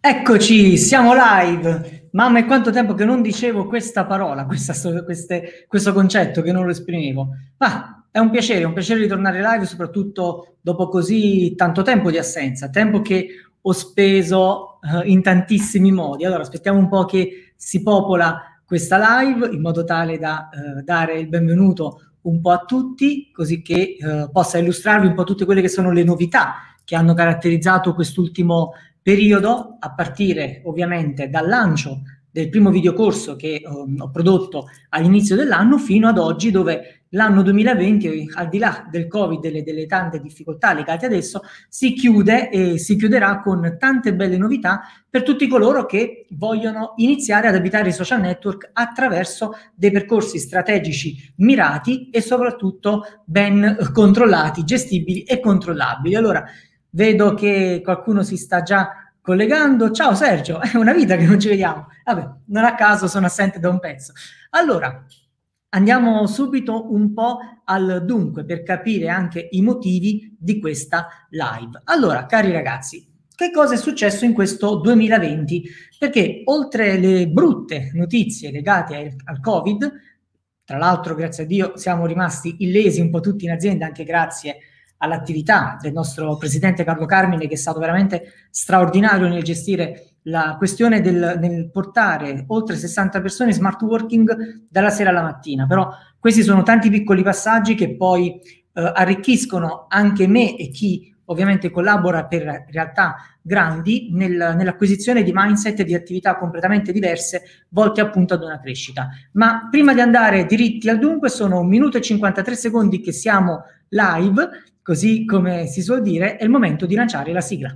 Eccoci, siamo live. Mamma, è quanto tempo che non dicevo questa parola, questo concetto, che non lo esprimevo. Ma è un piacere ritornare live, soprattutto dopo così tanto tempo di assenza, tempo che ho speso in tantissimi modi. Allora, aspettiamo un po' che si popola questa live in modo tale da dare il benvenuto un po' a tutti, così che possa illustrarvi un po' tutte quelle che sono le novità che hanno caratterizzato quest'ultimo periodo, a partire ovviamente dal lancio del primo videocorso che ho prodotto all'inizio dell'anno fino ad oggi, dove l'anno 2020, al di là del Covid e delle tante difficoltà legate ad esso, si chiude e si chiuderà con tante belle novità per tutti coloro che vogliono iniziare ad abitare i social network attraverso dei percorsi strategici mirati e soprattutto ben controllati, gestibili e controllabili. Allora, vedo che qualcuno si sta già collegando. Ciao Sergio, è una vita che non ci vediamo. Vabbè, non a caso sono assente da un pezzo. Allora, andiamo subito un po' al dunque per capire anche i motivi di questa live. Allora, cari ragazzi, che cosa è successo in questo 2020? Perché oltre le brutte notizie legate al Covid, tra l'altro, grazie a Dio, siamo rimasti illesi un po' tutti in azienda, anche grazie all'attività del nostro presidente Carlo Carmine, che è stato veramente straordinario nel gestire la questione nel portare oltre 60 persone in smart working dalla sera alla mattina. Però questi sono tanti piccoli passaggi che poi arricchiscono anche me e chi ovviamente collabora per realtà grandi nell'acquisizione di mindset e di attività completamente diverse volte appunto ad una crescita. Ma prima di andare diritti al dunque, sono 1 minuto e 53 secondi che siamo live, così come si suol dire, è il momento di lanciare la sigla.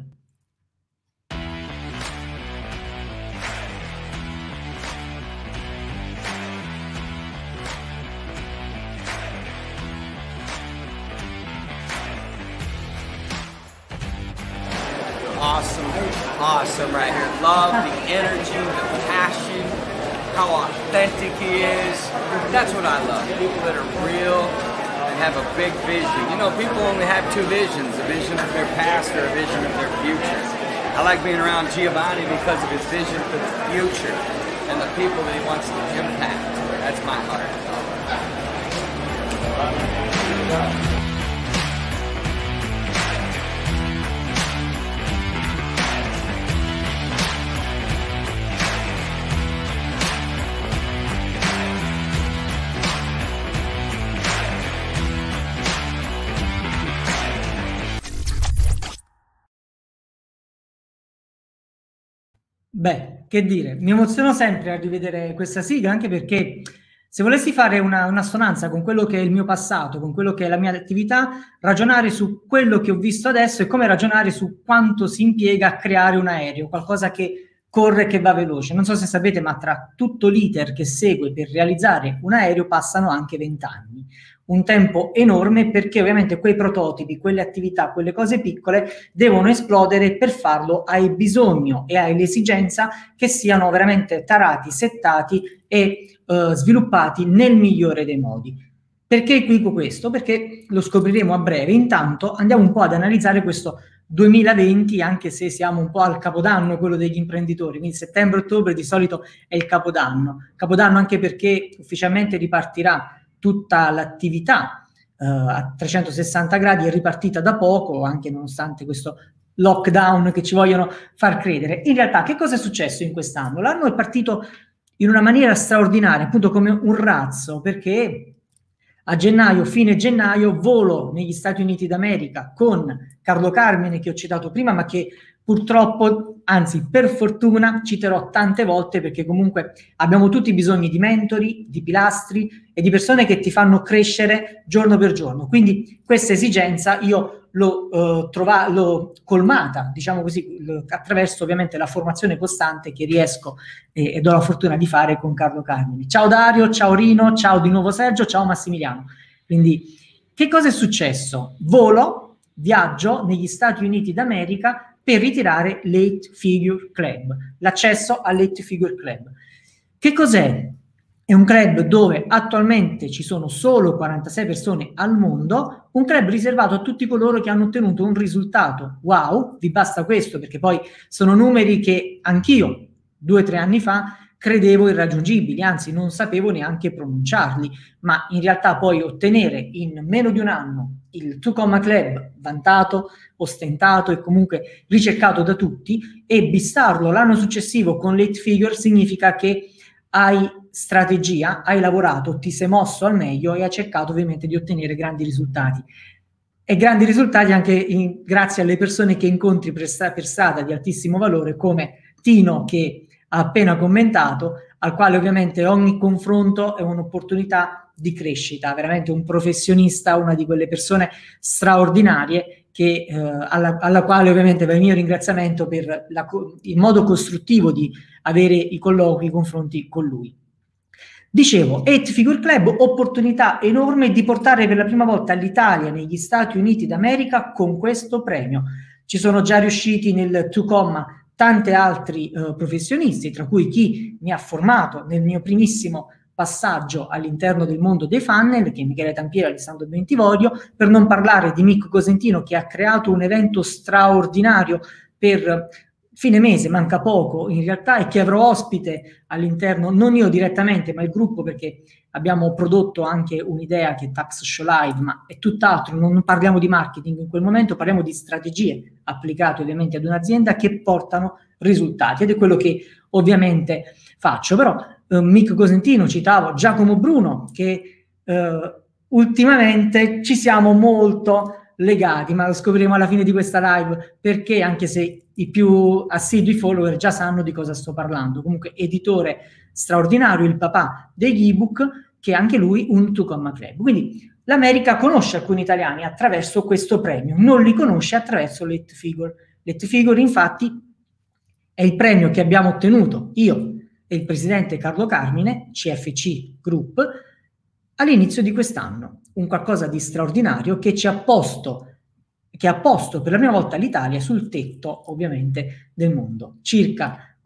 Awesome right here. Love the energy, the passion, how authentic he is. That's what I love. People that are real and have a big vision. You know, people only have two visions, a vision of their past or a vision of their future. I like being around Giovanni because of his vision for the future and the people that he wants to impact. That's my heart. Beh, che dire, mi emoziono sempre a rivedere questa sigla, anche perché se volessi fare un'assonanza con quello che è il mio passato, con quello che è la mia attività, ragionare su quello che ho visto adesso è come ragionare su quanto si impiega a creare un aereo, qualcosa che corre e che va veloce. Non so se sapete, ma tra tutto l'iter che segue per realizzare un aereo passano anche 20 anni. Un tempo enorme, perché ovviamente quei prototipi, quelle attività, quelle cose piccole devono esplodere. Per farlo hai bisogno e hai l'esigenza che siano veramente tarati, settati e sviluppati nel migliore dei modi. Perché dico questo? Perché lo scopriremo a breve. Intanto andiamo un po' ad analizzare questo 2020, anche se siamo un po' al capodanno, quello degli imprenditori, quindi settembre-ottobre di solito è il capodanno. Capodanno anche perché ufficialmente ripartirà tutta l'attività a 360 gradi, è ripartita da poco, anche nonostante questo lockdown che ci vogliono far credere. In realtà che cosa è successo in quest'anno? L'anno è partito in una maniera straordinaria, appunto come un razzo, perché a gennaio, fine gennaio, volo negli Stati Uniti d'America con Carlo Carmine, che ho citato prima, ma che purtroppo, anzi per fortuna, citerò tante volte, perché comunque abbiamo tutti bisogno di mentori, di pilastri e di persone che ti fanno crescere giorno per giorno. Quindi questa esigenza io l'ho colmata, diciamo così, attraverso ovviamente la formazione costante che riesco e do la fortuna di fare con Carlo Carmine. Ciao Dario, ciao Rino, ciao di nuovo Sergio, ciao Massimiliano. Quindi che cosa è successo? Viaggio negli Stati Uniti d'America per ritirare l'Eight Figure Club, l'accesso all'Eight Figure Club. Che cos'è è un club dove attualmente ci sono solo 46 persone al mondo, un club riservato a tutti coloro che hanno ottenuto un risultato. Wow, vi basta questo, perché poi sono numeri che anch'io 2 o 3 anni fa credevo irraggiungibili, anzi non sapevo neanche pronunciarli, ma in realtà poi ottenere in meno di un anno il 2 Comma Club, vantato, ostentato e comunque ricercato da tutti, e bissarlo l'anno successivo con l'eight figure significa che hai strategia, hai lavorato, ti sei mosso al meglio e hai cercato ovviamente di ottenere grandi risultati. E grandi risultati anche grazie alle persone che incontri per strada di altissimo valore, come Tino, che ha appena commentato, al quale ovviamente ogni confronto è un'opportunità di crescita, veramente un professionista, una di quelle persone straordinarie che, alla quale ovviamente va il mio ringraziamento per il modo costruttivo di avere i colloqui, i confronti con lui. Dicevo, Eight Figure Club, opportunità enorme di portare per la prima volta l'Italia negli Stati Uniti d'America con questo premio. Ci sono già riusciti nel 2 Comma tanti altri professionisti, tra cui chi mi ha formato nel mio primissimo passaggio all'interno del mondo dei funnel, che è Michele Tampieri e Alessandro Bentivoglio, per non parlare di Mick Cosentino, che ha creato un evento straordinario per fine mese, manca poco in realtà, e che avrò ospite all'interno, non io direttamente, ma il gruppo, perché abbiamo prodotto anche un'idea che è Tax Show Live, ma è tutt'altro, non parliamo di marketing in quel momento, parliamo di strategie applicate ovviamente ad un'azienda che portano risultati, ed è quello che ovviamente faccio. Però Mick Cosentino, citavo Giacomo Bruno, che ultimamente ci siamo molto legati, ma lo scopriremo alla fine di questa live, perché anche se i più assidui follower già sanno di cosa sto parlando. Comunque editore straordinario, il papà degli ebook, che anche lui un 2 Comma Club. Quindi l'America conosce alcuni italiani attraverso questo premio, non li conosce attraverso l'Eight Figure. L'Eight Figure infatti è il premio che abbiamo ottenuto io e il presidente Carlo Carmine, CFC Group, all'inizio di quest'anno. Un qualcosa di straordinario che ha posto per la prima volta l'Italia sul tetto ovviamente del mondo. Circa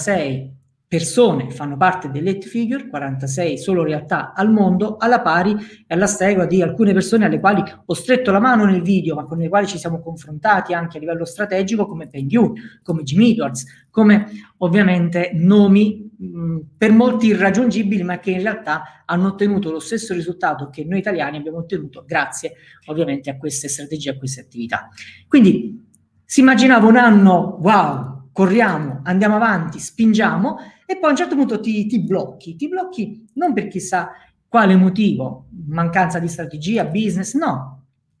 46 persone fanno parte dell'Eight Figure, 46 solo realtà al mondo, alla pari e alla stregua di alcune persone alle quali ho stretto la mano nel video, ma con le quali ci siamo confrontati anche a livello strategico, come Peng Yu, come Jim Edwards, come ovviamente nomi per molti irraggiungibili, ma che in realtà hanno ottenuto lo stesso risultato che noi italiani abbiamo ottenuto grazie ovviamente a queste strategie, a queste attività. Quindi si immaginava un anno, wow, corriamo, andiamo avanti, spingiamo, e poi a un certo punto ti blocchi non per chissà quale motivo, mancanza di strategia, business, no.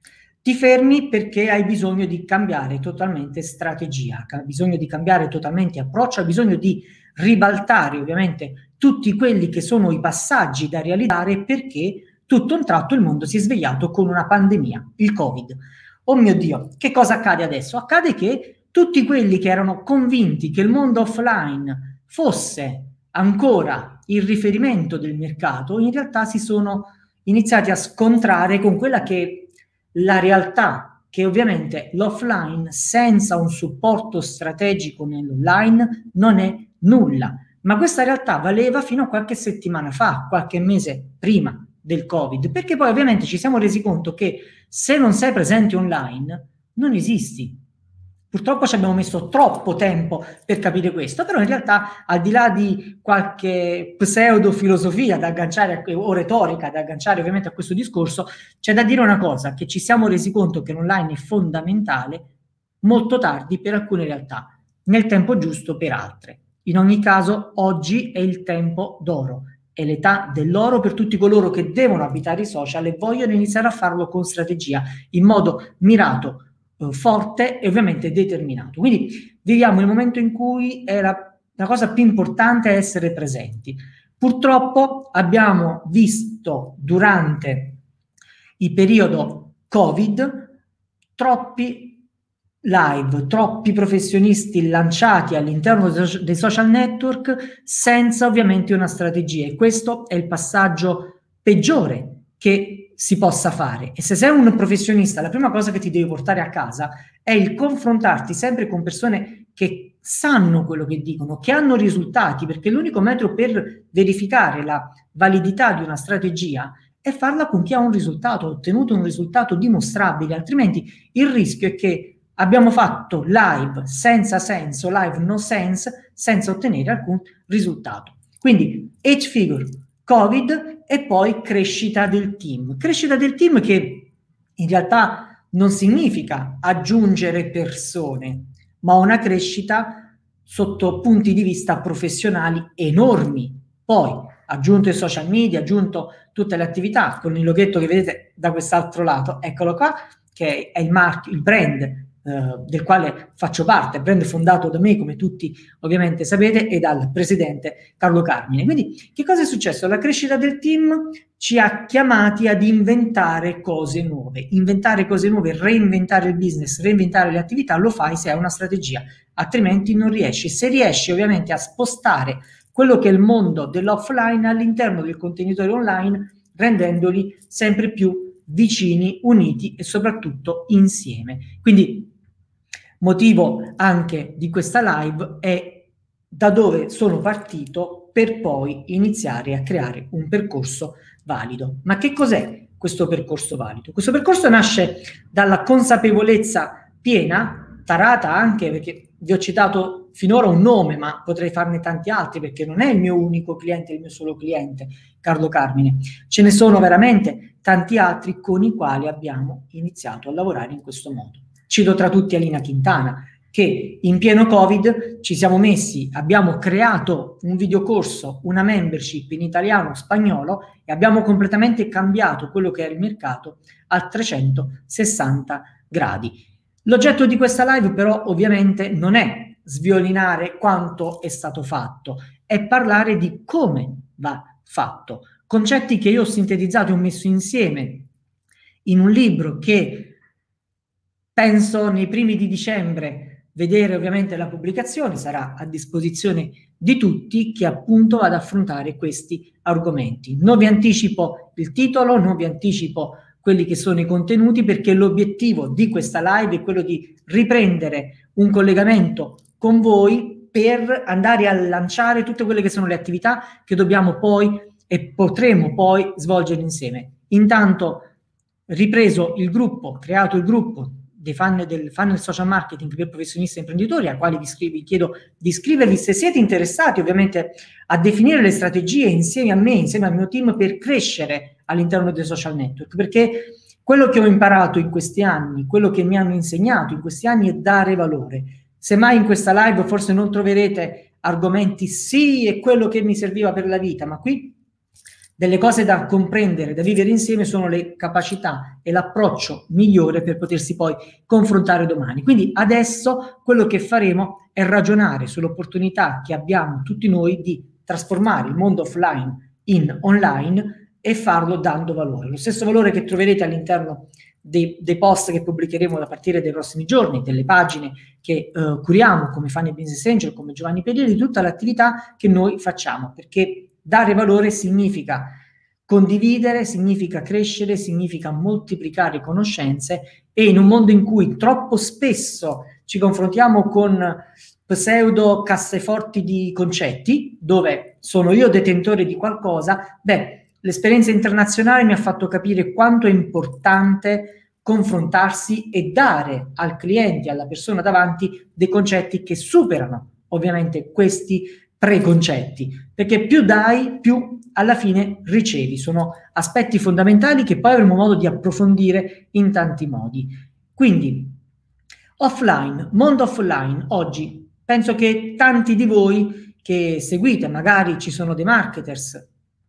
Ti fermi perché hai bisogno di cambiare totalmente strategia, hai bisogno di cambiare totalmente approccio, hai bisogno di ribaltare ovviamente tutti quelli che sono i passaggi da realizzare, perché tutto un tratto il mondo si è svegliato con una pandemia, il Covid. Oh mio Dio, che cosa accade adesso? Accade che tutti quelli che erano convinti che il mondo offline fosse ancora il riferimento del mercato, in realtà si sono iniziati a scontrare con quella che la realtà, che ovviamente l'offline senza un supporto strategico nell'online non è nulla. Ma questa realtà valeva fino a qualche settimana fa, qualche mese prima del Covid, perché poi ovviamente ci siamo resi conto che se non sei presente online non esisti. Purtroppo ci abbiamo messo troppo tempo per capire questo, però in realtà, al di là di qualche pseudo-filosofia da agganciare, o retorica da agganciare ovviamente a questo discorso, c'è da dire una cosa, che ci siamo resi conto che l'online è fondamentale molto tardi per alcune realtà, nel tempo giusto per altre. In ogni caso, oggi è il tempo d'oro, è l'età dell'oro per tutti coloro che devono abitare i social e vogliono iniziare a farlo con strategia, in modo mirato, forte e ovviamente determinato. Quindi viviamo il momento in cui la cosa più importante è essere presenti. Purtroppo abbiamo visto durante il periodo Covid troppi live, troppi professionisti lanciati all'interno dei social network senza ovviamente una strategia, e questo è il passaggio peggiore che si possa fare. E se sei un professionista, la prima cosa che ti devi portare a casa è il confrontarti sempre con persone che sanno quello che dicono, che hanno risultati, perché l'unico metodo per verificare la validità di una strategia è farla con chi ha un risultato, ottenuto un risultato dimostrabile, altrimenti il rischio è che abbiamo fatto live senza senso, live no sense, senza ottenere alcun risultato. Quindi 8 figure, Covid e poi crescita del team. Crescita del team che in realtà non significa aggiungere persone, ma una crescita sotto punti di vista professionali enormi. Poi, aggiunto i social media, aggiunto tutte le attività, con il loghetto che vedete da quest'altro lato, eccolo qua, che è il marchio, il brand del quale faccio parte, brand fondato da me, come tutti ovviamente sapete, e dal presidente Carlo Carmine. Quindi, che cosa è successo? La crescita del team ci ha chiamati ad inventare cose nuove, reinventare il business, reinventare le attività. Lo fai se hai una strategia, altrimenti non riesci. Se riesci ovviamente a spostare quello che è il mondo dell'offline all'interno del contenitore online, rendendoli sempre più vicini, uniti e soprattutto insieme. Quindi motivo anche di questa live è da dove sono partito per poi iniziare a creare un percorso valido. Ma che cos'è questo percorso valido? Questo percorso nasce dalla consapevolezza piena, tarata anche perché vi ho citato finora un nome, ma potrei farne tanti altri perché non è il mio unico cliente, il mio solo cliente, Carlo Carmine. Ce ne sono veramente tanti altri con i quali abbiamo iniziato a lavorare in questo modo. Cito tra tutti Alina Quintana, che in pieno Covid ci siamo messi, abbiamo creato un videocorso, una membership in italiano-spagnolo e abbiamo completamente cambiato quello che era il mercato a 360 gradi. L'oggetto di questa live però ovviamente non è sviolinare quanto è stato fatto, è parlare di come va fatto. Concetti che io ho sintetizzato e ho messo insieme in un libro che penso nei primi di dicembre vedere ovviamente la pubblicazione, sarà a disposizione di tutti, che appunto vada ad affrontare questi argomenti. Non vi anticipo il titolo, non vi anticipo quelli che sono i contenuti, perché l'obiettivo di questa live è quello di riprendere un collegamento con voi per andare a lanciare tutte quelle che sono le attività che dobbiamo poi e potremo poi svolgere insieme. Intanto, ripreso il gruppo, creato il gruppo dei del funnel social marketing per professionisti e imprenditori, al quale vi chiedo di iscrivervi se siete interessati ovviamente a definire le strategie insieme a me, insieme al mio team, per crescere all'interno dei social network, perché quello che ho imparato in questi anni, quello che mi hanno insegnato in questi anni è dare valore. Semmai in questa live forse non troverete argomenti, sì, è quello che mi serviva per la vita, ma qui delle cose da comprendere, da vivere insieme, sono le capacità e l'approccio migliore per potersi poi confrontare domani. Quindi adesso quello che faremo è ragionare sull'opportunità che abbiamo tutti noi di trasformare il mondo offline in online e farlo dando valore. Lo stesso valore che troverete all'interno dei post che pubblicheremo a partire dai prossimi giorni, delle pagine che curiamo come Funnel Business Angel, come Giovanni Pedieri, di tutta l'attività che noi facciamo, perché dare valore significa condividere, significa crescere, significa moltiplicare conoscenze, e in un mondo in cui troppo spesso ci confrontiamo con pseudo casseforti di concetti, dove sono io detentore di qualcosa, l'esperienza internazionale mi ha fatto capire quanto è importante confrontarsi e dare al cliente, alla persona davanti, dei concetti che superano ovviamente questi preconcetti, perché più dai, più alla fine ricevi. Sono aspetti fondamentali che poi avremo modo di approfondire in tanti modi. Quindi, offline, mondo offline, oggi penso che tanti di voi che seguite, magari ci sono dei marketers,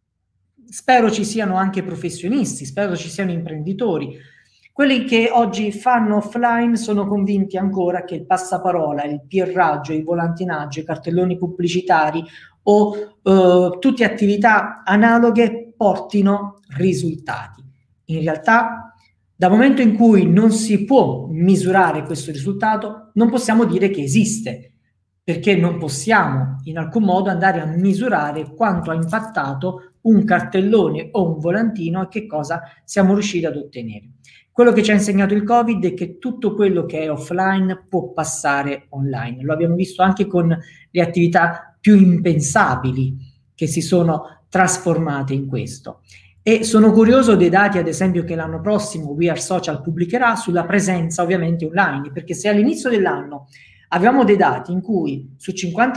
spero ci siano anche professionisti, spero ci siano imprenditori, quelli che oggi fanno offline sono convinti ancora che il passaparola, il PR-aggio, il volantinaggio, i cartelloni pubblicitari o tutte attività analoghe portino risultati. In realtà, dal momento in cui non si può misurare questo risultato, non possiamo dire che esiste, perché non possiamo in alcun modo andare a misurare quanto ha impattato un cartellone o un volantino e che cosa siamo riusciti ad ottenere. Quello che ci ha insegnato il Covid è che tutto quello che è offline può passare online. Lo abbiamo visto anche con le attività più impensabili che si sono trasformate in questo. E sono curioso dei dati, ad esempio, che l'anno prossimo We Are Social pubblicherà sulla presenza ovviamente online, perché se all'inizio dell'anno avevamo dei dati in cui su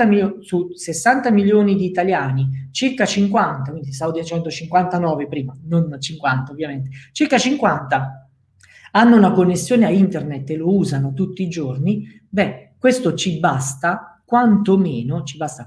60 milioni di italiani, circa 50, quindi stavo dicendo 59 prima, non 50 ovviamente, circa 50 hanno una connessione a internet e lo usano tutti i giorni, beh, questo ci basta quantomeno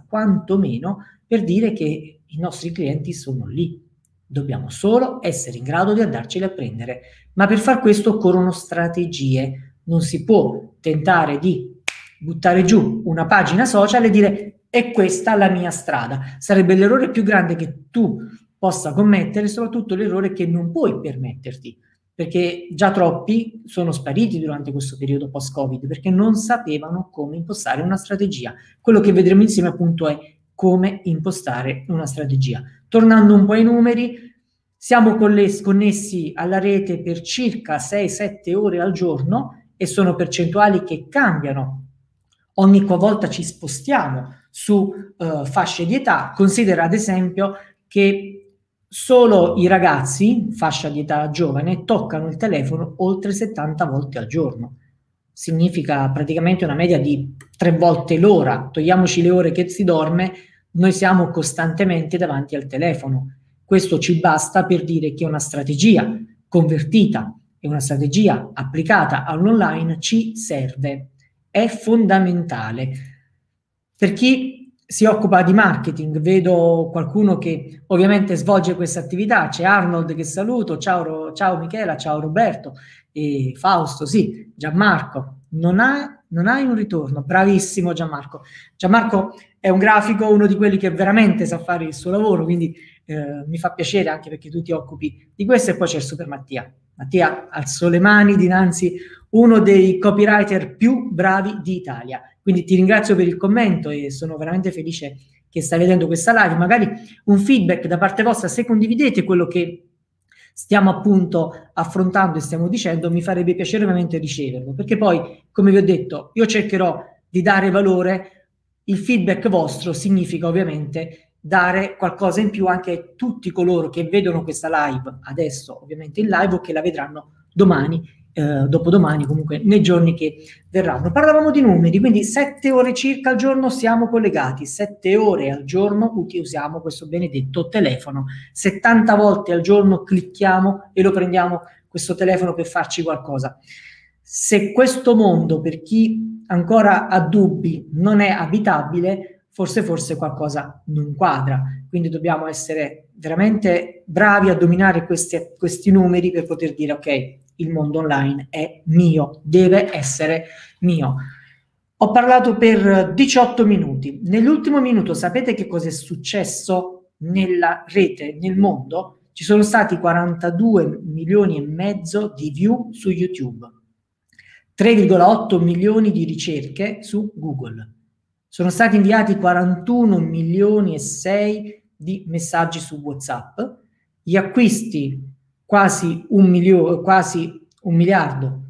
per dire che i nostri clienti sono lì. Dobbiamo solo essere in grado di andarceli a prendere, ma per far questo occorrono strategie. Non si può tentare di buttare giù una pagina social e dire è questa la mia strada. Sarebbe l'errore più grande che tu possa commettere, soprattutto l'errore che non puoi permetterti, perché già troppi sono spariti durante questo periodo post-Covid perché non sapevano come impostare una strategia. Quello che vedremo insieme appunto è come impostare una strategia. Tornando un po' ai numeri, siamo connessi alla rete per circa 6-7 ore al giorno e sono percentuali che cambiano ogni qualvolta ci spostiamo su fasce di età. Considera ad esempio che solo i ragazzi, fascia di età giovane, toccano il telefono oltre 70 volte al giorno. Significa praticamente una media di 3 volte l'ora. Togliamoci le ore che si dorme, noi siamo costantemente davanti al telefono. Questo ci basta per dire che una strategia convertita e una strategia applicata all'online ci serve. È fondamentale. Per chi si occupa di marketing, vedo qualcuno che ovviamente svolge questa attività, c'è Arnold che saluto, ciao Michela, ciao Roberto, e Fausto, sì, Gianmarco, non hai un ritorno, bravissimo Gianmarco. Gianmarco è un grafico, uno di quelli che veramente sa fare il suo lavoro, quindi mi fa piacere anche perché tu ti occupi di questo. E poi c'è il Super Mattia. Mattia alzò le mani dinanzi uno dei copywriter più bravi d'Italia. Quindi ti ringrazio per il commento e sono veramente felice che stai vedendo questa live. Magari un feedback da parte vostra, se condividete quello che stiamo appunto affrontando e stiamo dicendo, mi farebbe piacere ovviamente riceverlo, perché poi, come vi ho detto, io cercherò di dare valore. Il feedback vostro significa ovviamente dare qualcosa in più anche a tutti coloro che vedono questa live adesso, ovviamente in live, o che la vedranno domani, dopodomani, comunque nei giorni che verranno. Parlavamo di numeri, quindi 7 ore circa al giorno siamo collegati, 7 ore al giorno usiamo questo benedetto telefono, 70 volte al giorno clicchiamo e lo prendiamo questo telefono per farci qualcosa. Se questo mondo, per chi ancora ha dubbi, non è abitabile, forse qualcosa non quadra. Quindi dobbiamo essere veramente bravi a dominare questi numeri per poter dire ok, il mondo online è mio, deve essere mio. Ho parlato per 18 minuti. Nell'ultimo minuto sapete che cosa è successo nella rete, nel mondo? Ci sono stati 42 milioni e mezzo di view su YouTube, 3,8 milioni di ricerche su Google. Sono stati inviati 41 milioni e 6 di messaggi su WhatsApp, gli acquisti quasi un miliardo,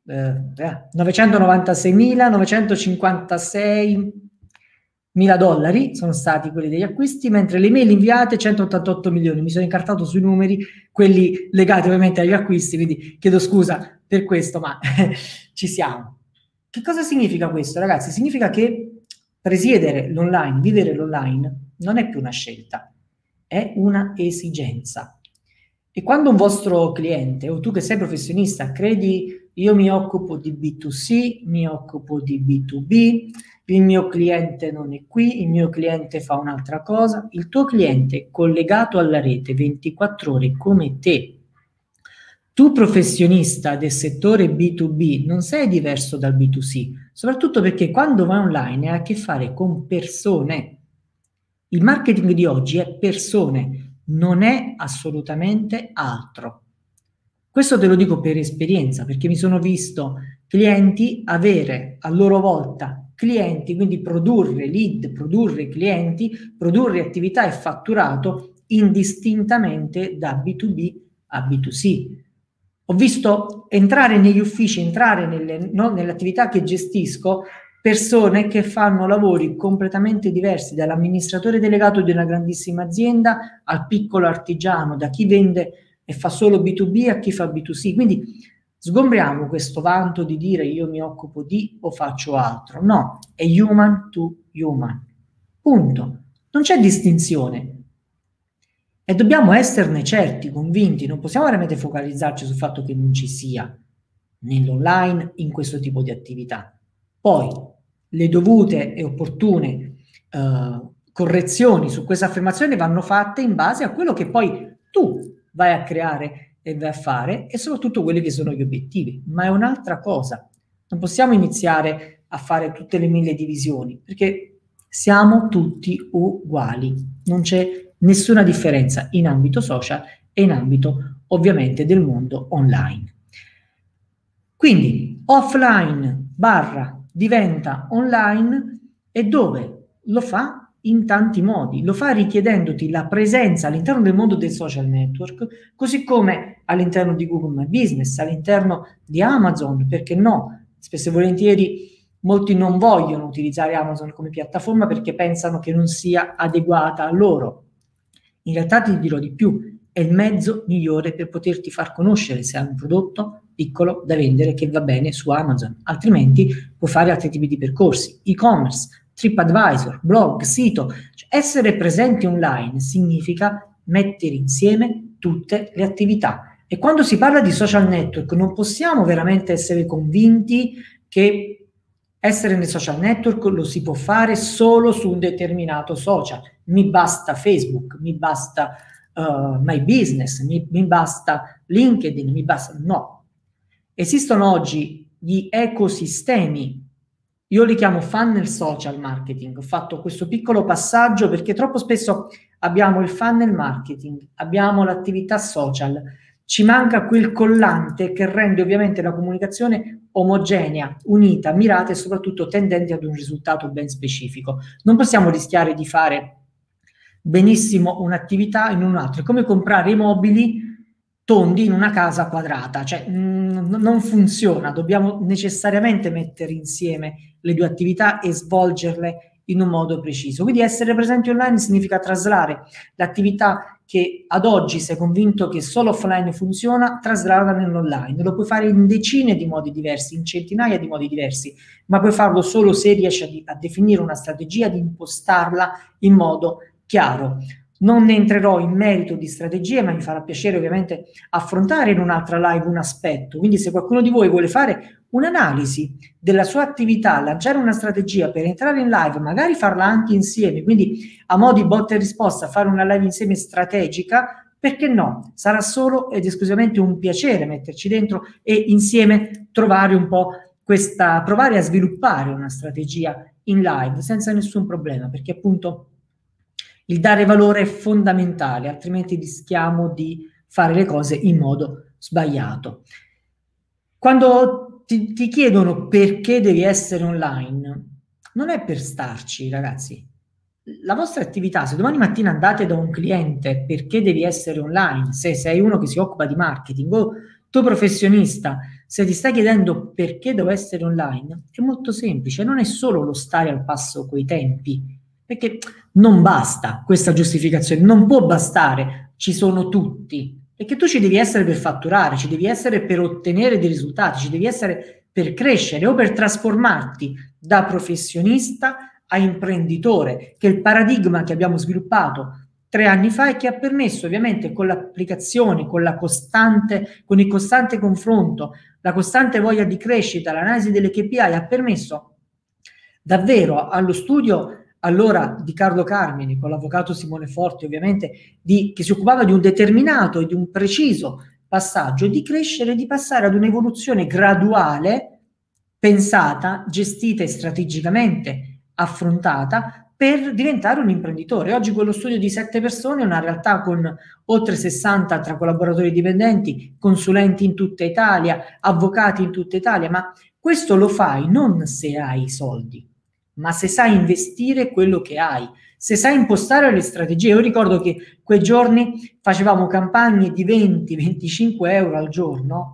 996.956.000 dollari sono stati quelli degli acquisti, mentre le mail inviate 188 milioni. Mi sono incartato sui numeri, quelli legati ovviamente agli acquisti, quindi chiedo scusa per questo, ma ci siamo. Che cosa significa questo, ragazzi? Significa che presiedere l'online, vivere l'online, non è più una scelta, è una esigenza. E quando un vostro cliente, o tu che sei professionista, credi io mi occupo di B2C, mi occupo di B2B, il mio cliente non è qui, il mio cliente fa un'altra cosa, il tuo cliente collegato alla rete 24 ore come te, tu professionista del settore B2B non sei diverso dal B2C, soprattutto perché quando vai online hai a che fare con persone. Il marketing di oggi è persone, non è assolutamente altro. Questo te lo dico per esperienza, perché mi sono visto clienti avere a loro volta clienti, quindi produrre lead, produrre clienti, produrre attività e fatturato indistintamente da B2B a B2C. Ho visto entrare negli uffici, entrare nelle attività che gestisco, persone che fanno lavori completamente diversi, dall'amministratore delegato di una grandissima azienda al piccolo artigiano, da chi vende e fa solo B2B a chi fa B2C. Quindi sgombriamo questo vanto di dire io mi occupo di o faccio altro. No, è human to human. Punto. Non c'è distinzione. E dobbiamo esserne certi, convinti, non possiamo veramente focalizzarci sul fatto che non ci sia nell'online in questo tipo di attività. Poi le dovute e opportune correzioni su questa affermazione vanno fatte in base a quello che poi tu vai a creare e vai a fare e soprattutto quelli che sono gli obiettivi. Ma è un'altra cosa. Non possiamo iniziare a fare tutte le 1000 divisioni perché siamo tutti uguali. Non c'è nessuna differenza in ambito social e in ambito ovviamente del mondo online. Quindi offline diventa online e dove? Lo fa in tanti modi, lo fa richiedendoti la presenza all'interno del mondo dei social network, così come all'interno di Google My Business, all'interno di Amazon, perché no? Spesso e volentieri molti non vogliono utilizzare Amazon come piattaforma perché pensano che non sia adeguata a loro. In realtà ti dirò di più, è il mezzo migliore per poterti far conoscere se hai un prodotto piccolo da vendere che va bene su Amazon, altrimenti puoi fare altri tipi di percorsi, e-commerce, TripAdvisor, blog, sito. Cioè, essere presenti online significa mettere insieme tutte le attività. E quando si parla di social network non possiamo veramente essere convinti che essere nei social network lo si può fare solo su un determinato social. Mi basta Facebook, mi basta My Business, mi basta LinkedIn, mi basta... No. Esistono oggi gli ecosistemi, io li chiamo funnel social marketing. Ho fatto questo piccolo passaggio perché troppo spesso abbiamo il funnel marketing, abbiamo l'attività social, ci manca quel collante che rende ovviamente la comunicazione omogenea, unita, mirata e soprattutto tendente ad un risultato ben specifico. Non possiamo rischiare di fare benissimo un'attività in un'altra. È come comprare i mobili tondi in una casa quadrata, cioè non funziona, dobbiamo necessariamente mettere insieme le due attività e svolgerle in un modo preciso. Quindi essere presenti online significa traslare l'attività che ad oggi sei convinto che solo offline funziona, traslarla nell'online. Lo puoi fare in decine di modi diversi, in centinaia di modi diversi, ma puoi farlo solo se riesci a definire una strategia, ad impostarla in modo chiaro. Non ne entrerò in merito di strategie, ma mi farà piacere ovviamente affrontare in un'altra live un aspetto. Quindi se qualcuno di voi vuole fare un'analisi della sua attività, lanciare una strategia per entrare in live, magari farla anche insieme, quindi a mo' di botta e risposta, fare una live insieme strategica, perché no? Sarà solo ed esclusivamente un piacere metterci dentro e insieme trovare un po' provare a sviluppare una strategia in live senza nessun problema, perché appunto il dare valore è fondamentale, altrimenti rischiamo di fare le cose in modo sbagliato. Quando ti chiedono perché devi essere online, non è per starci, ragazzi. La vostra attività, se domani mattina andate da un cliente perché devi essere online, se sei uno che si occupa di marketing o tu professionista, se ti stai chiedendo perché devo essere online, è molto semplice, non è solo lo stare al passo coi tempi, perché non basta questa giustificazione, non può bastare, ci sono tutti, perché tu ci devi essere per fatturare, ci devi essere per ottenere dei risultati, ci devi essere per crescere o per trasformarti da professionista a imprenditore, che è il paradigma che abbiamo sviluppato 3 anni fa e che ha permesso ovviamente con l'applicazione, con il costante confronto, la costante voglia di crescita, l'analisi delle KPI ha permesso davvero allo studio allora di Carlo Carmine, con l'avvocato Simone Forti ovviamente, che si occupava di un determinato e di un preciso passaggio, di crescere, di passare ad un'evoluzione graduale, pensata, gestita e strategicamente affrontata per diventare un imprenditore. Oggi quello studio di 7 persone è una realtà con oltre 60 tra collaboratori dipendenti, consulenti in tutta Italia, avvocati in tutta Italia, ma questo lo fai non se hai i soldi, ma se sai investire quello che hai, se sai impostare le strategie. Io ricordo che quei giorni facevamo campagne di 20-25 euro al giorno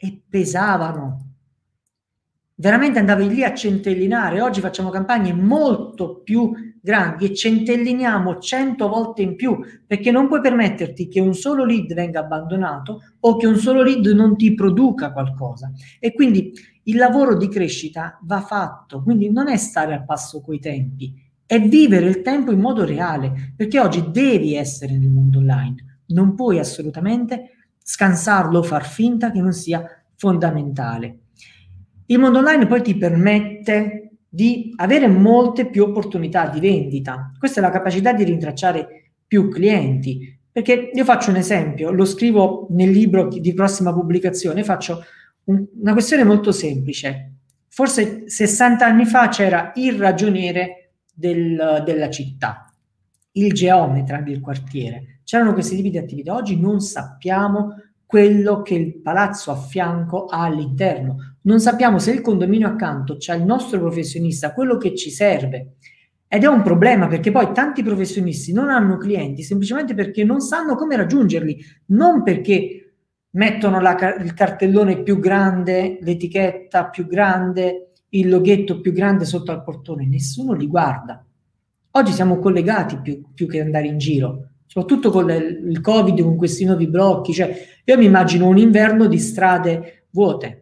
e pesavano. Veramente andavi lì a centellinare. Oggi facciamo campagne molto più grandi e centelliniamo 100 volte in più, perché non puoi permetterti che un solo lead venga abbandonato o che un solo lead non ti produca qualcosa. E quindi il lavoro di crescita va fatto, quindi non è stare al passo coi tempi, è vivere il tempo in modo reale, perché oggi devi essere nel mondo online, non puoi assolutamente scansarlo, far finta che non sia fondamentale. Il mondo online poi ti permette di avere molte più opportunità di vendita. Questa è la capacità di rintracciare più clienti. Perché io faccio un esempio, lo scrivo nel libro di prossima pubblicazione, faccio una questione molto semplice. Forse 60 anni fa c'era il ragioniere della città, il geometra del quartiere. C'erano questi tipi di attività. Oggi non sappiamo quello che il palazzo a fianco ha all'interno. Non sappiamo se il condominio accanto c'ha il nostro professionista, quello che ci serve. Ed è un problema, perché poi tanti professionisti non hanno clienti semplicemente perché non sanno come raggiungerli, non perché mettono il cartellone più grande, l'etichetta più grande, il loghetto più grande sotto al portone. Nessuno li guarda. Oggi siamo collegati più che andare in giro, soprattutto con il Covid, con questi nuovi blocchi. Cioè, io mi immagino un inverno di strade vuote.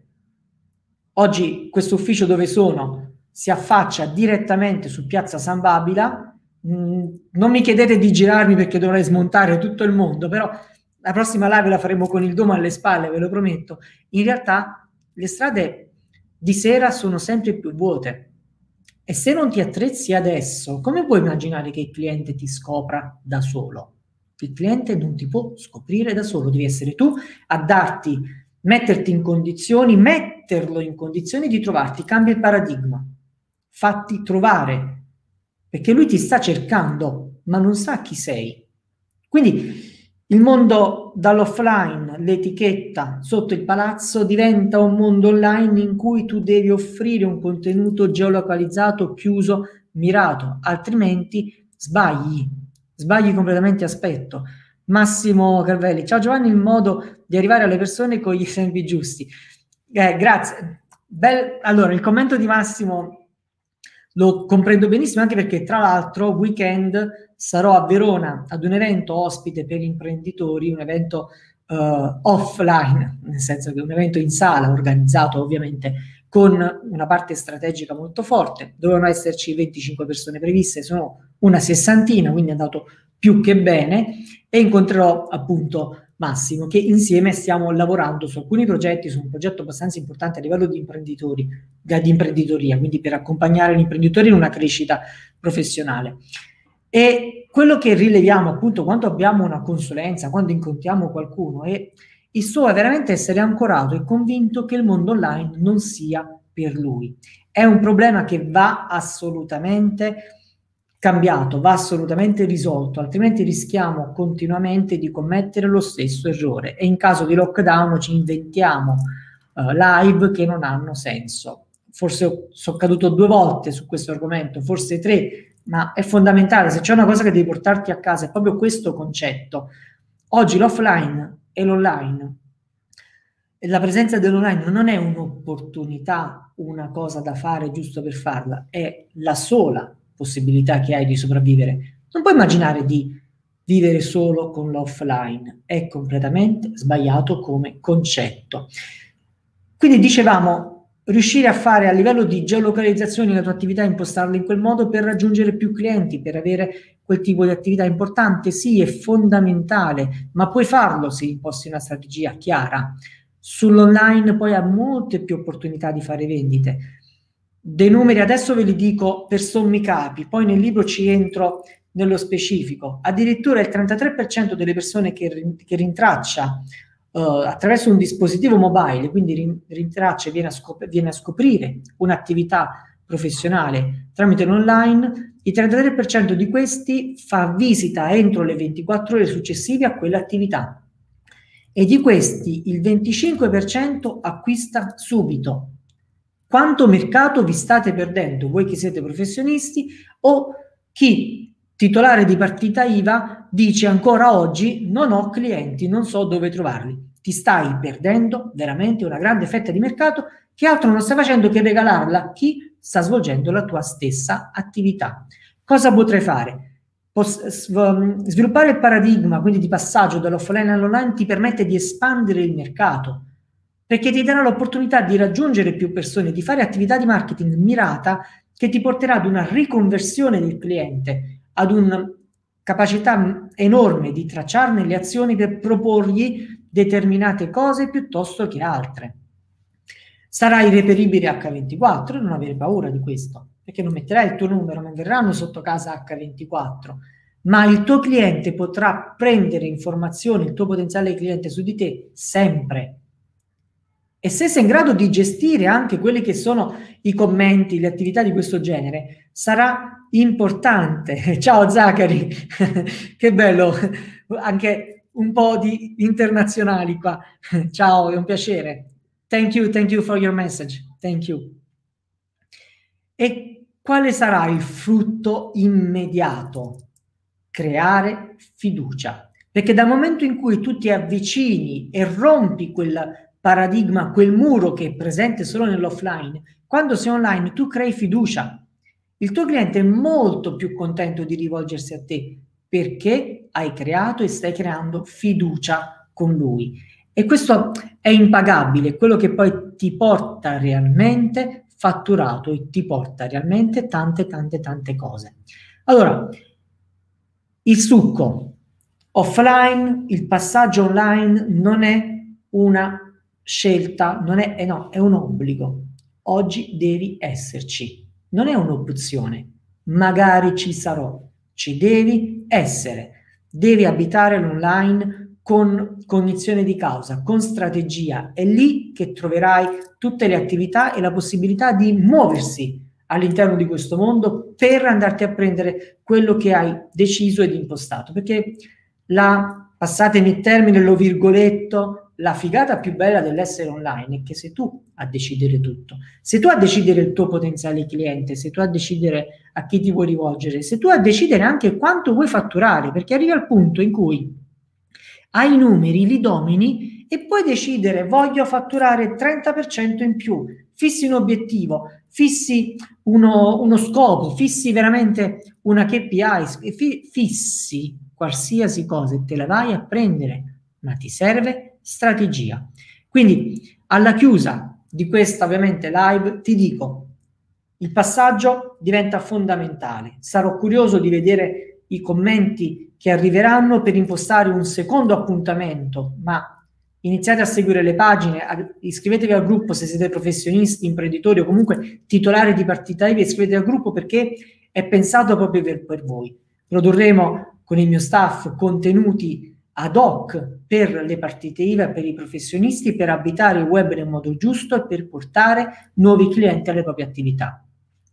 Oggi questo ufficio dove sono si affaccia direttamente su Piazza San Babila. Non mi chiedete di girarmi perché dovrei smontare tutto il mondo, però la prossima live la faremo con il domo alle spalle, ve lo prometto. In realtà le strade di sera sono sempre più vuote. E se non ti attrezzi adesso, come puoi immaginare che il cliente ti scopra da solo? Il cliente non ti può scoprire da solo, devi essere tu a metterlo in condizioni di trovarti. Cambia il paradigma, fatti trovare, perché lui ti sta cercando, ma non sa chi sei. Quindi il mondo dall'offline, l'etichetta sotto il palazzo, diventa un mondo online in cui tu devi offrire un contenuto geolocalizzato, chiuso, mirato, altrimenti sbagli completamente aspetto. Massimo Carvelli, ciao Giovanni, il modo di arrivare alle persone con gli esempi giusti. Grazie. Allora, il commento di Massimo lo comprendo benissimo, anche perché tra l'altro weekend sarò a Verona ad un evento ospite per imprenditori, un evento offline, nel senso che è un evento in sala, organizzato ovviamente con una parte strategica molto forte. Dovevano esserci 25 persone previste, sono una sessantina, quindi è andato più che bene, e incontrerò appunto Massimo, che insieme stiamo lavorando su alcuni progetti, su un progetto abbastanza importante a livello di imprenditoria, quindi per accompagnare l'imprenditore in una crescita professionale. E quello che rileviamo appunto quando abbiamo una consulenza, quando incontriamo qualcuno, è il suo è veramente essere ancorato e convinto che il mondo online non sia per lui. È un problema che va assolutamente cambiato, va assolutamente risolto, altrimenti rischiamo continuamente di commettere lo stesso errore e in caso di lockdown ci inventiamo live che non hanno senso. Forse sono caduto 2 volte su questo argomento, forse 3, ma è fondamentale. Se c'è una cosa che devi portarti a casa è proprio questo concetto. Oggi l'offline e l'online, la presenza dell'online non è un'opportunità, una cosa da fare giusto per farla, è la sola possibilità che hai di sopravvivere. Non puoi immaginare di vivere solo con l'offline, è completamente sbagliato come concetto. Quindi dicevamo, riuscire a fare a livello di geolocalizzazione la tua attività, impostarla in quel modo per raggiungere più clienti, per avere quel tipo di attività importante, sì, è fondamentale, ma puoi farlo se imposti una strategia chiara. Sull'online poi ha molte più opportunità di fare vendite. Dei numeri adesso ve li dico per sommi capi, poi nel libro ci entro nello specifico. Addirittura il 33% delle persone che rintraccia attraverso un dispositivo mobile, quindi rintraccia e viene a scoprire un'attività professionale tramite l'online, il 33% di questi fa visita entro le 24 ore successive a quell'attività e di questi il 25% acquista subito. Quanto mercato vi state perdendo voi che siete professionisti o chi, titolare di partita IVA, dice ancora oggi non ho clienti, non so dove trovarli. ti stai perdendo veramente una grande fetta di mercato che altro non stai facendo che regalarla a chi sta svolgendo la tua stessa attività. Cosa potrai fare? Sviluppare il paradigma, quindi di passaggio dall'offline all'online, ti permette di espandere il mercato, perché ti darà l'opportunità di raggiungere più persone, di fare attività di marketing mirata che ti porterà ad una riconversione del cliente, ad una capacità enorme di tracciarne le azioni per proporgli determinate cose piuttosto che altre. Sarai reperibile H24, non avere paura di questo, perché non metterai il tuo numero, non verranno sotto casa H24, ma il tuo cliente potrà prendere informazioni, il tuo potenziale cliente su di te sempre. E se sei in grado di gestire anche quelli che sono i commenti, le attività di questo genere, sarà importante. Ciao Zachary, che bello, anche un po' di internazionali qua. Ciao, è un piacere. Thank you for your message. Thank you. E quale sarà il frutto immediato? Creare fiducia. Perché dal momento in cui tu ti avvicini e rompi quel paradigma, quel muro che è presente solo nell'offline, quando sei online tu crei fiducia. Il tuo cliente è molto più contento di rivolgersi a te perché hai creato e stai creando fiducia con lui. E questo è impagabile, quello che poi ti porta realmente fatturato e ti porta realmente tante cose. Allora, il succo offline, il passaggio online non è una scelta, non è, no, è un obbligo. Oggi devi esserci, non è un'opzione. Magari ci sarò, ci devi essere. Devi abitare l'online con cognizione di causa, con strategia. È lì che troverai tutte le attività e la possibilità di muoversi all'interno di questo mondo per andarti a prendere quello che hai deciso ed impostato. Perché passatemi il termine, lo virgoletto, la figata più bella dell'essere online è che sei tu a decidere tutto, sei tu a decidere il tuo potenziale cliente, sei tu a decidere a chi ti vuoi rivolgere, sei tu a decidere anche quanto vuoi fatturare, perché arrivi al punto in cui hai i numeri, li domini e puoi decidere voglio fatturare 30% in più, fissi un obiettivo, fissi uno scopo, fissi veramente una KPI, fissi qualsiasi cosa e te la vai a prendere, ma ti serve strategia. Quindi alla chiusa di questa ovviamente live ti dico il passaggio diventa fondamentale. Sarò curioso di vedere i commenti che arriveranno per impostare un secondo appuntamento, ma iniziate a seguire le pagine, iscrivetevi al gruppo se siete professionisti, imprenditori o comunque titolari di partita IVA, iscrivetevi al gruppo perché è pensato proprio per voi. Produrremo con il mio staff contenuti ad hoc per le partite IVA, per i professionisti, per abitare il web nel modo giusto e per portare nuovi clienti alle proprie attività.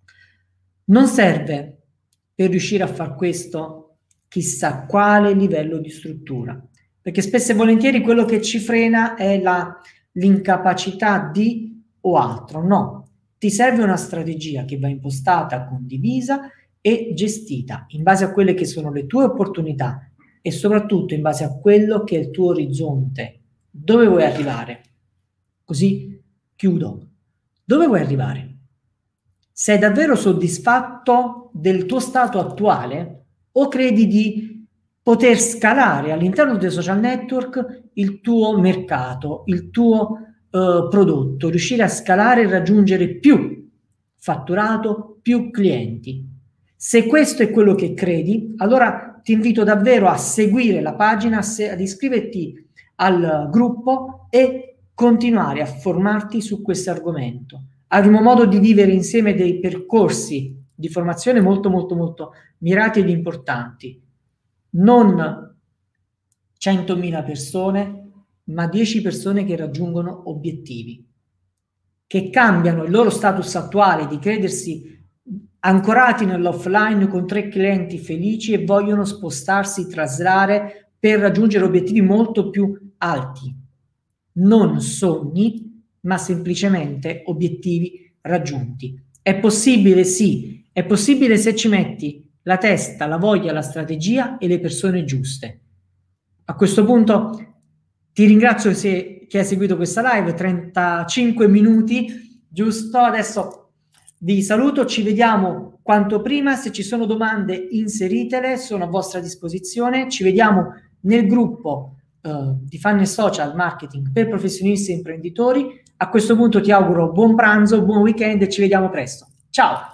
Non serve per riuscire a far questo chissà quale livello di struttura, perché spesso e volentieri quello che ci frena è l'incapacità di o altro. No, ti serve una strategia che va impostata, condivisa e gestita in base a quelle che sono le tue opportunità e soprattutto in base a quello che è il tuo orizzonte. Dove vuoi arrivare? Così chiudo. Dove vuoi arrivare? Sei davvero soddisfatto del tuo stato attuale o credi di poter scalare all'interno dei social network il tuo mercato, il tuo prodotto, riuscire a scalare e raggiungere più fatturato, più clienti? Se questo è quello che credi, allora ti invito davvero a seguire la pagina, ad iscriverti al gruppo e continuare a formarti su questo argomento. Avremo modo di vivere insieme dei percorsi di formazione molto mirati ed importanti. Non 100.000 persone, ma 10 persone che raggiungono obiettivi, che cambiano il loro status attuale di credersi ancorati nell'offline con 3 clienti felici e vogliono spostarsi, traslare per raggiungere obiettivi molto più alti. Non sogni, ma semplicemente obiettivi raggiunti. È possibile? Sì. È possibile se ci metti la testa, la voglia, la strategia e le persone giuste. A questo punto Ti ringrazio chi hai seguito questa live, 35 minuti, giusto? Adesso vi saluto, ci vediamo quanto prima, se ci sono domande inseritele, sono a vostra disposizione, ci vediamo nel gruppo di Funnel Social Marketing per professionisti e imprenditori. A questo punto ti auguro buon pranzo, buon weekend e ci vediamo presto. Ciao!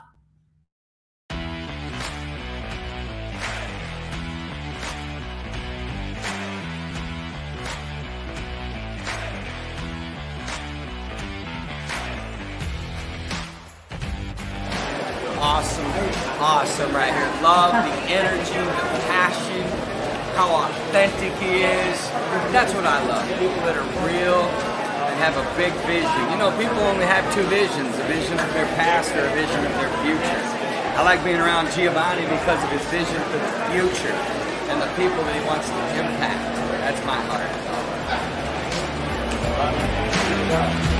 Awesome right here. Love the energy, the passion, how authentic he is. That's what I love. People that are real and have a big vision. You know, people only have two visions, a vision of their past or a vision of their future. I like being around Giovanni because of his vision for the future and the people that he wants to impact. That's my heart.